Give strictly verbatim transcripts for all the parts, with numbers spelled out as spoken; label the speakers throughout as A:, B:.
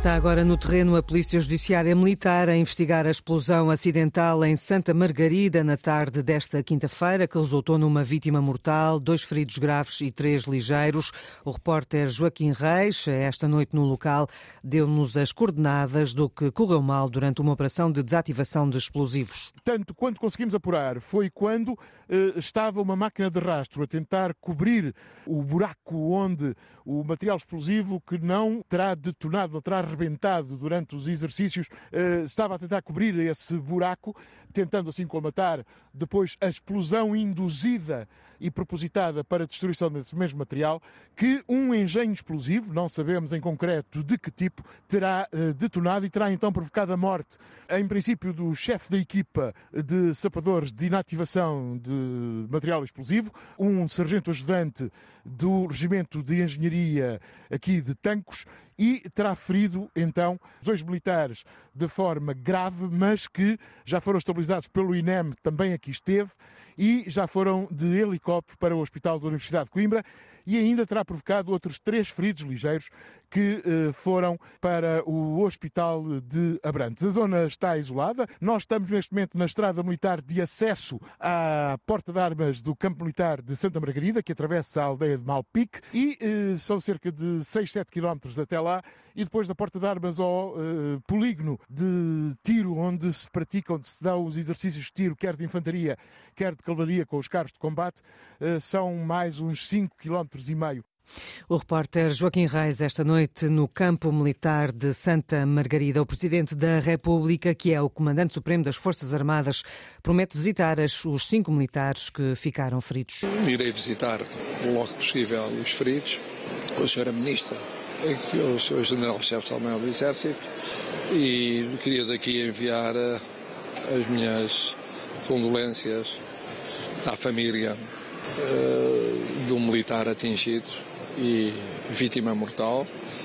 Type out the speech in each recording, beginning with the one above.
A: Está agora no terreno a Polícia Judiciária Militar a investigar a explosão acidental em Santa Margarida na tarde desta quinta-feira, que resultou numa vítima mortal, dois feridos graves e três ligeiros. O repórter Joaquim Reis, esta noite no local, deu-nos as coordenadas do que correu mal durante uma operação de desativação de explosivos.
B: Tanto quanto conseguimos apurar foi quando eh, estava uma máquina de rastro a tentar cobrir o buraco onde o material explosivo, que não terá detonado, não terá arrebentado durante os exercícios, eh, estava a tentar cobrir esse buraco, tentando assim colmatar depois a explosão induzida e propositada para a destruição desse mesmo material, que um engenho explosivo, não sabemos em concreto de que tipo, terá eh, detonado e terá então provocado a morte, em princípio, do chefe da equipa de sapadores de inativação de material explosivo, um sargento ajudante do Regimento de Engenharia aqui de Tancos, e terá ferido, então, dois militares de forma grave, mas que já foram estabilizados pelo I N E M, também aqui esteve, e já foram de helicóptero para o Hospital da Universidade de Coimbra, e ainda terá provocado outros três feridos ligeiros que eh, foram para o Hospital de Abrantes. A zona está isolada. Nós estamos neste momento na estrada militar de acesso à porta de armas do campo militar de Santa Margarida, que atravessa a aldeia de Malpique, e eh, são cerca de seis, sete quilómetros até lá, e depois da porta de armas ao eh, polígono de tiro, onde se praticam, onde se dão os exercícios de tiro, quer de infantaria, quer de cavalaria com os carros de combate, eh, são mais uns cinco quilómetros e meio.
A: O repórter Joaquim Reis, esta noite no campo militar de Santa Margarida. O Presidente da República, que é o Comandante Supremo das Forças Armadas, promete visitar os cinco militares que ficaram feridos.
C: Irei visitar logo que possível os feridos, a senhora Ministra, o senhor General-Chefe Maior do Exército, e queria daqui enviar as minhas condolências à família uh, do militar atingido e vítima mortal,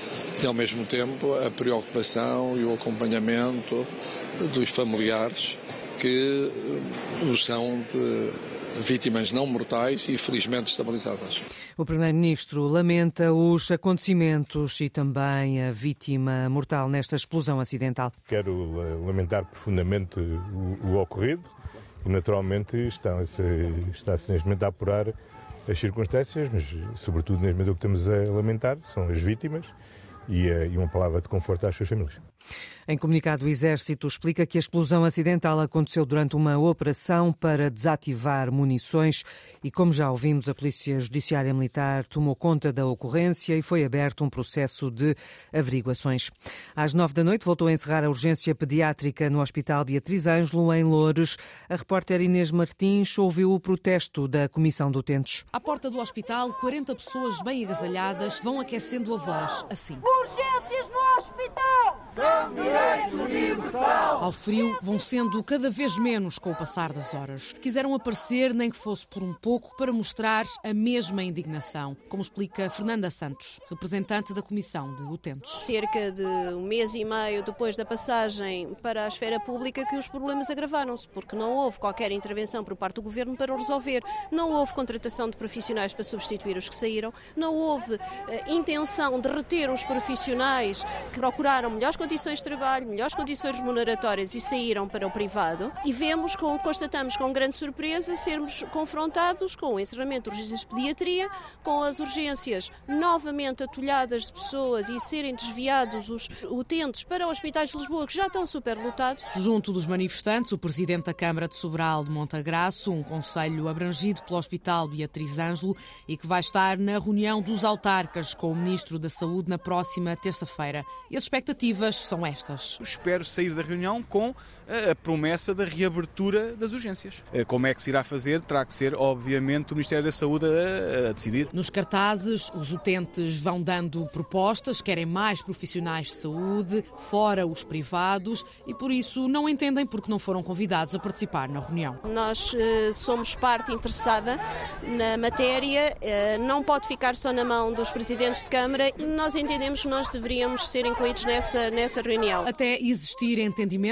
C: e ao mesmo tempo a preocupação e o acompanhamento dos familiares que uh, são de vítimas não mortais e felizmente estabilizadas.
A: O Primeiro-Ministro lamenta os acontecimentos e também a vítima mortal nesta explosão acidental.
D: Quero lamentar profundamente o, o ocorrido e naturalmente está-se está neste momento a apurar as circunstâncias, mas sobretudo neste momento o que estamos a lamentar são as vítimas e, e uma palavra de conforto às suas famílias.
A: Em comunicado, o Exército explica que a explosão acidental aconteceu durante uma operação para desativar munições e, como já ouvimos, a Polícia Judiciária Militar tomou conta da ocorrência e foi aberto um processo de averiguações. Às nove da noite voltou a encerrar a urgência pediátrica no Hospital Beatriz Ângelo, em Loures. A repórter Inês Martins ouviu o protesto da Comissão de Utentes.
E: À porta do hospital, quarenta pessoas bem agasalhadas vão aquecendo a voz, assim.
F: Urgências no hospital! São direito universal!
E: Ao frio, vão sendo cada vez menos com o passar das horas. Quiseram aparecer, nem que fosse por um pouco, para mostrar a mesma indignação, como explica Fernanda Santos, representante da Comissão de Utentes.
G: Cerca de um mês e meio depois da passagem para a esfera pública que os problemas agravaram-se, porque não houve qualquer intervenção por parte do Governo para o resolver. Não houve contratação de profissionais para substituir os que saíram, não houve eh, intenção de reter os profissionais que procuraram melhores condições de trabalho, melhores condições remuneratórias e saíram para o privado, e vemos, com, constatamos com grande surpresa, sermos confrontados com o encerramento de urgências de pediatria, com as urgências novamente atulhadas de pessoas e serem desviados os utentes para hospitais de Lisboa que já estão superlotados.
E: Junto dos manifestantes, o Presidente da Câmara de Sobral de Montagraço, um concelho abrangido pelo Hospital Beatriz Ângelo e que vai estar na reunião dos autarcas com o Ministro da Saúde na próxima terça-feira. E as expectativas são estas.
H: Espero sair da reunião com a promessa da reabertura das urgências. Como é que se irá fazer? Terá que ser, obviamente, o Ministério da Saúde a, a decidir.
E: Nos cartazes, os utentes vão dando propostas, querem mais profissionais de saúde, fora os privados, e por isso não entendem porque não foram convidados a participar na reunião.
G: Nós uh, somos parte interessada na matéria, uh, não pode ficar só na mão dos presidentes de Câmara. Nós entendemos que nós deveríamos ser incluídos nessa, nessa reunião.
E: Até existir entendimento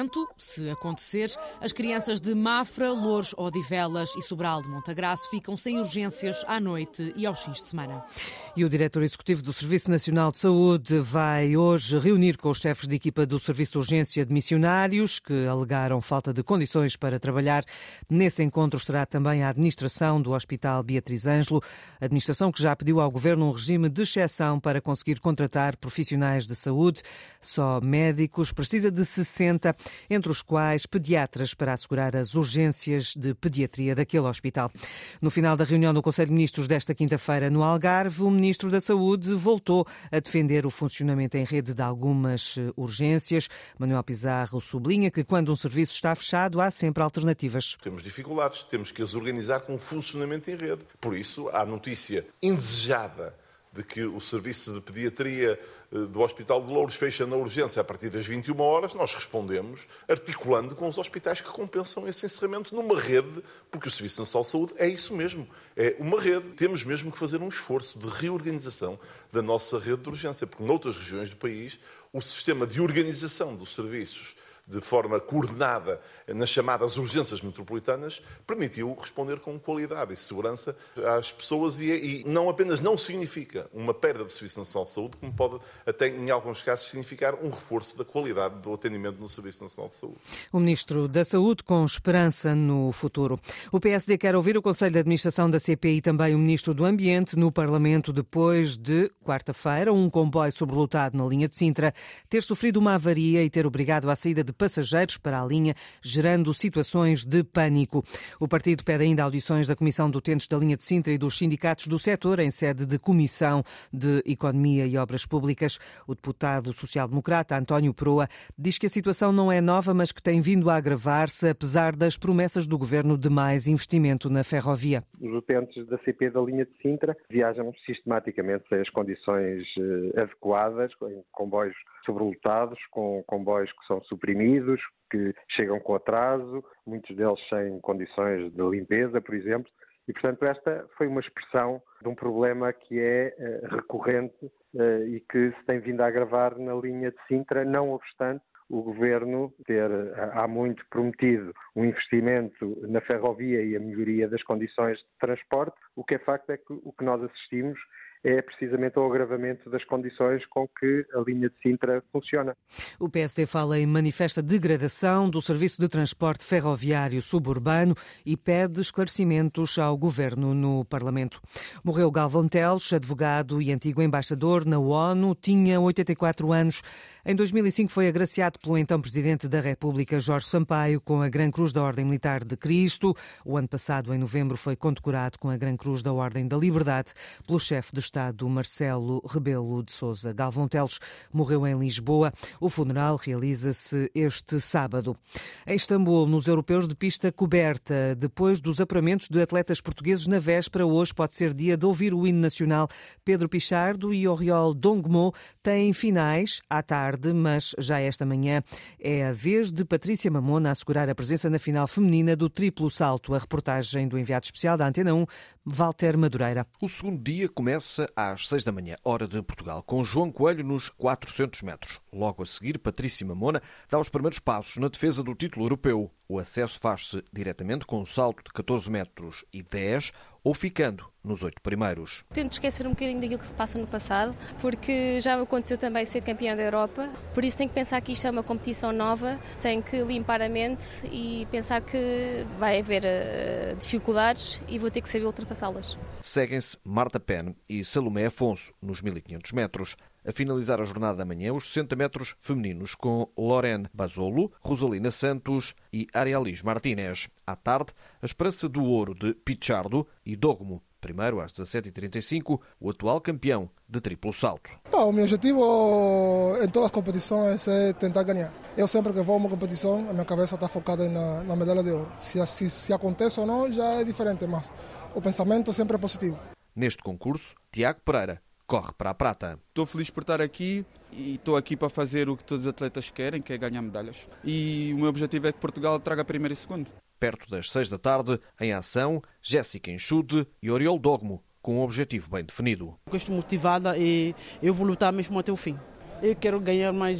E: evento, se acontecer, as crianças de Mafra, Louros, Odivelas e Sobral de Montagraço ficam sem urgências à noite e aos fins de semana.
A: E o diretor executivo do Serviço Nacional de Saúde vai hoje reunir com os chefes de equipa do Serviço de Urgência de Missionários, que alegaram falta de condições para trabalhar. Nesse encontro estará também a administração do Hospital Beatriz Ângelo, administração que já pediu ao Governo um regime de exceção para conseguir contratar profissionais de saúde. Só médicos, precisa de sessenta, entre os quais pediatras, para assegurar as urgências de pediatria daquele hospital. No final da reunião do Conselho de Ministros desta quinta-feira no Algarve, o Ministro da Saúde voltou a defender o funcionamento em rede de algumas urgências. Manuel Pizarro sublinha que quando um serviço está fechado há sempre alternativas.
I: Temos dificuldades, temos que as organizar com um funcionamento em rede. Por isso, há notícia indesejada de que o serviço de pediatria do Hospital de Louros fecha na urgência a partir das vinte e uma horas, nós respondemos articulando com os hospitais que compensam esse encerramento numa rede, porque o Serviço Nacional de Saúde é isso mesmo, é uma rede. Temos mesmo que fazer um esforço de reorganização da nossa rede de urgência, porque noutras regiões do país o sistema de organização dos serviços de forma coordenada nas chamadas urgências metropolitanas, permitiu responder com qualidade e segurança às pessoas e, e não apenas não significa uma perda do Serviço Nacional de Saúde, como pode até em alguns casos significar um reforço da qualidade do atendimento no Serviço Nacional de Saúde.
A: O Ministro da Saúde com esperança no futuro. O P S D quer ouvir o Conselho de Administração da C P I e também o Ministro do Ambiente no Parlamento depois de, quarta-feira, um comboio sobrelotado na linha de Sintra ter sofrido uma avaria e ter obrigado à saída de passageiros para a linha, gerando situações de pânico. O partido pede ainda audições da Comissão de Utentes da linha de Sintra e dos sindicatos do setor em sede de Comissão de Economia e Obras Públicas. O deputado social-democrata António Proa diz que a situação não é nova, mas que tem vindo a agravar-se, apesar das promessas do governo de mais investimento na ferrovia.
J: Os utentes da C P da linha de Sintra viajam sistematicamente sem as condições adequadas, em comboios sobrelotados, com comboios que são suprimidos, que chegam com atraso, muitos deles sem condições de limpeza, por exemplo. E, portanto, esta foi uma expressão de um problema que é uh, recorrente uh, e que se tem vindo a agravar na linha de Sintra, não obstante o Governo ter há muito prometido um investimento na ferrovia e a melhoria das condições de transporte. O que é facto é que o que nós assistimos é precisamente o agravamento das condições com que a linha de Sintra funciona.
A: O P S D fala em manifesta degradação do serviço de transporte ferroviário suburbano e pede esclarecimentos ao Governo no Parlamento. Morreu Galvão Teles, advogado e antigo embaixador na ONU, tinha oitenta e quatro anos. Em dois mil e cinco foi agraciado pelo então Presidente da República, Jorge Sampaio, com a Gran Cruz da Ordem Militar de Cristo. O ano passado, em novembro, foi condecorado com a Gran Cruz da Ordem da Liberdade pelo chefe de Estado, Marcelo Rebelo de Sousa. Galvão Teles morreu em Lisboa. O funeral realiza-se este sábado. Em Istambul, nos europeus de pista coberta, depois dos apuramentos de atletas portugueses na véspera, hoje pode ser dia de ouvir o hino nacional. Pedro Pichardo e Oriol Dongmo têm finais à tarde, mas já esta manhã é a vez de Patrícia Mamona assegurar a presença na final feminina do triplo salto. A reportagem do enviado especial da Antena um, Walter Madureira.
K: O segundo dia começa às seis da manhã, hora de Portugal, com João Coelho nos quatrocentos metros. Logo a seguir, Patrícia Mamona dá os primeiros passos na defesa do título europeu. O acesso faz-se diretamente com um salto de catorze metros e dez, ou ficando nos oito primeiros.
L: Tento esquecer um bocadinho daquilo que se passa no passado, porque já me aconteceu também ser campeã da Europa, por isso tenho que pensar que isto é uma competição nova, tenho que limpar a mente e pensar que vai haver uh, dificuldades e vou ter que saber ultrapassá-las.
K: Seguem-se Marta Pen e Salomé Afonso nos mil e quinhentos metros. A finalizar a jornada da manhã, os sessenta metros femininos com Lorene Basolo, Rosalina Santos e Arialis Martínez. À tarde, a esperança do ouro de Pichardo e Dogmo. Primeiro, às dezassete e trinta e cinco, o atual campeão de triplo salto.
M: O meu objetivo em todas as competições é tentar ganhar. Eu sempre que vou a uma competição, a minha cabeça está focada na, na medalha de ouro. Se, se, se acontece ou não, já é diferente, mas o pensamento sempre é positivo.
K: Neste concurso, Tiago Pereira corre para a prata.
N: Estou feliz por estar aqui e estou aqui para fazer o que todos os atletas querem, que é ganhar medalhas. E o meu objetivo é que Portugal traga primeiro e segundo.
K: Perto das seis da tarde, em ação, Jéssica Enxude e Oriol Dogmo, com um objetivo bem definido.
O: Estou motivada e eu vou lutar mesmo até o fim. Eu quero ganhar mais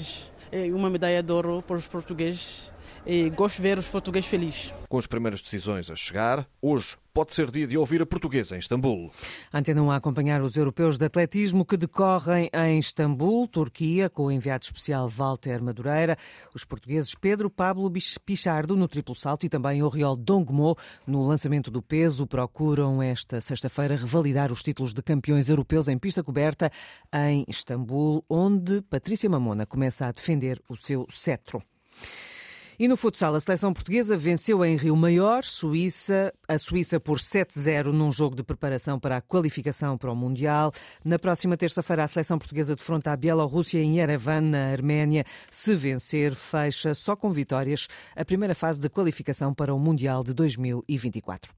O: uma medalha de ouro para os portugueses. E gosto de ver os portugueses felizes.
K: Com as primeiras decisões a chegar, hoje pode ser dia de ouvir a portuguesa em Istambul.
A: A Antena um a acompanhar os europeus de atletismo que decorrem em Istambul, Turquia, com o enviado especial Walter Madureira, os portugueses Pedro Pablo Pichardo no triplo salto e também Oriol Dongmo no lançamento do peso procuram esta sexta-feira revalidar os títulos de campeões europeus em pista coberta em Istambul, onde Patrícia Mamona começa a defender o seu cetro. E no futsal, a seleção portuguesa venceu em Rio Maior, Suíça, a Suíça por sete a zero num jogo de preparação para a qualificação para o Mundial. Na próxima terça-feira, a seleção portuguesa defronta a Bielorrússia em Yerevan, na Arménia. Se vencer, fecha só com vitórias a primeira fase de qualificação para o Mundial de dois mil e vinte e quatro.